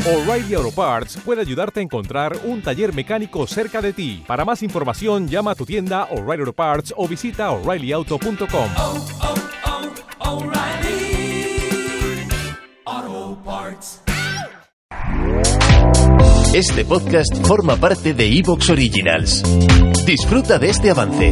O'Reilly Auto Parts puede ayudarte a encontrar un taller mecánico cerca de ti. Para más información, llama a tu tienda O'Reilly Auto Parts o visita O'ReillyAuto.com. O'Reilly Auto Parts. Este podcast forma parte de iVoox Originals. Disfruta de este avance.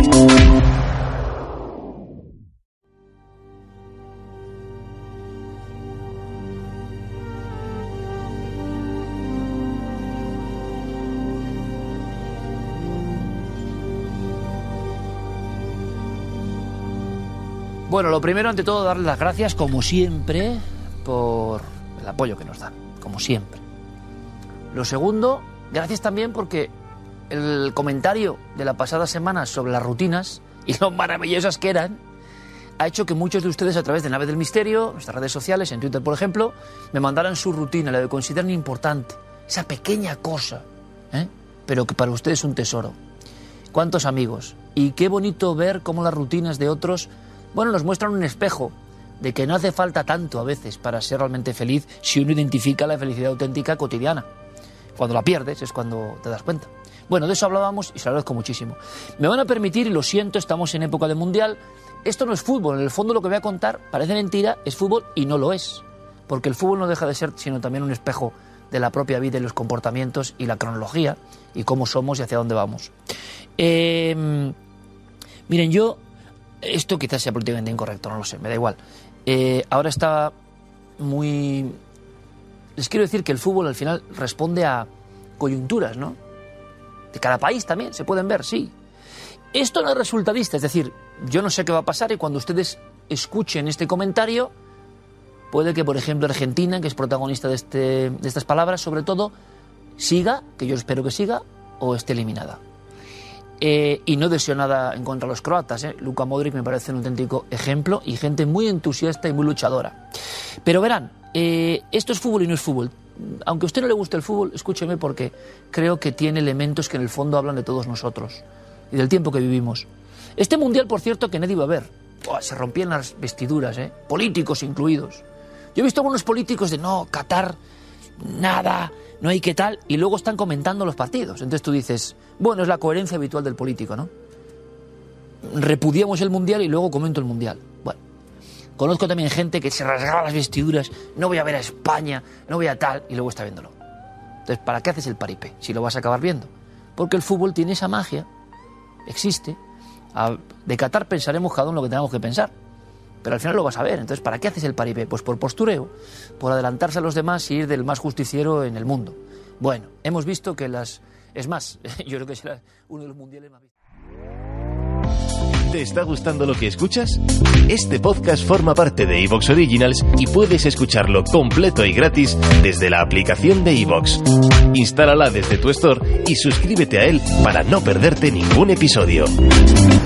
Bueno, lo primero, ante todo, darles las gracias, como siempre, por el apoyo que nos dan, como siempre. Lo segundo, gracias también porque el comentario de la pasada semana sobre las rutinas y lo maravillosas que eran, ha hecho que muchos de ustedes, a través de Nave del Misterio, nuestras redes sociales, en Twitter, por ejemplo, me mandaran su rutina, la que consideran importante, esa pequeña cosa, pero que para ustedes es un tesoro. ¿Cuántos amigos? Y qué bonito ver cómo las rutinas de otros, bueno, nos muestran un espejo de que no hace falta tanto a veces para ser realmente feliz si uno identifica la felicidad auténtica cotidiana. Cuando la pierdes es cuando te das cuenta. Bueno, de eso hablábamos y se lo agradezco muchísimo. Me van a permitir, y lo siento, estamos en época de mundial, esto no es fútbol, en el fondo lo que voy a contar parece mentira, es fútbol y no lo es. Porque el fútbol no deja de ser sino también un espejo de la propia vida y los comportamientos y la cronología y cómo somos y hacia dónde vamos. Miren, esto quizás sea políticamente incorrecto, no lo sé, me da igual. Ahora está muy... Les quiero decir que el fútbol al final responde a coyunturas, ¿no? De cada país también, se pueden ver, sí. Esto no es resultadista, es decir, yo no sé qué va a pasar y cuando ustedes escuchen este comentario, puede que, por ejemplo, Argentina, que es protagonista de estas palabras, sobre todo, siga, que yo espero que siga, o esté eliminada. Y no deseo nada en contra de los croatas, Luka Modric me parece un auténtico ejemplo y gente muy entusiasta y muy luchadora. Pero verán, esto es fútbol y no es fútbol. Aunque a usted no le guste el fútbol, escúcheme, porque creo que tiene elementos que en el fondo hablan de todos nosotros y del tiempo que vivimos. Este mundial, por cierto, que nadie iba a ver. Se rompían las vestiduras, políticos incluidos. Yo he visto algunos políticos de no, Qatar, nada, no hay qué tal, y luego están comentando los partidos. Entonces tú dices, bueno, es la coherencia habitual del político, ¿no? Repudiamos el mundial y luego comento el mundial. Bueno, conozco también gente que se rasgaba las vestiduras, no voy a ver a España, no voy a tal, y luego está viéndolo. Entonces, ¿para qué haces el paripé si lo vas a acabar viendo? Porque el fútbol tiene esa magia, existe. De Qatar pensaremos cada uno lo que tengamos que pensar, pero al final lo vas a ver. Entonces, ¿para qué haces el paripé? Pues por postureo, por adelantarse a los demás y ir del más justiciero en el mundo. Bueno, hemos visto que es más, yo creo que será uno de los mundiales más vistos. ¿Te está gustando lo que escuchas? Este podcast forma parte de iVoox Originals y puedes escucharlo completo y gratis desde la aplicación de iVoox. Instálala desde tu store y suscríbete a él para no perderte ningún episodio.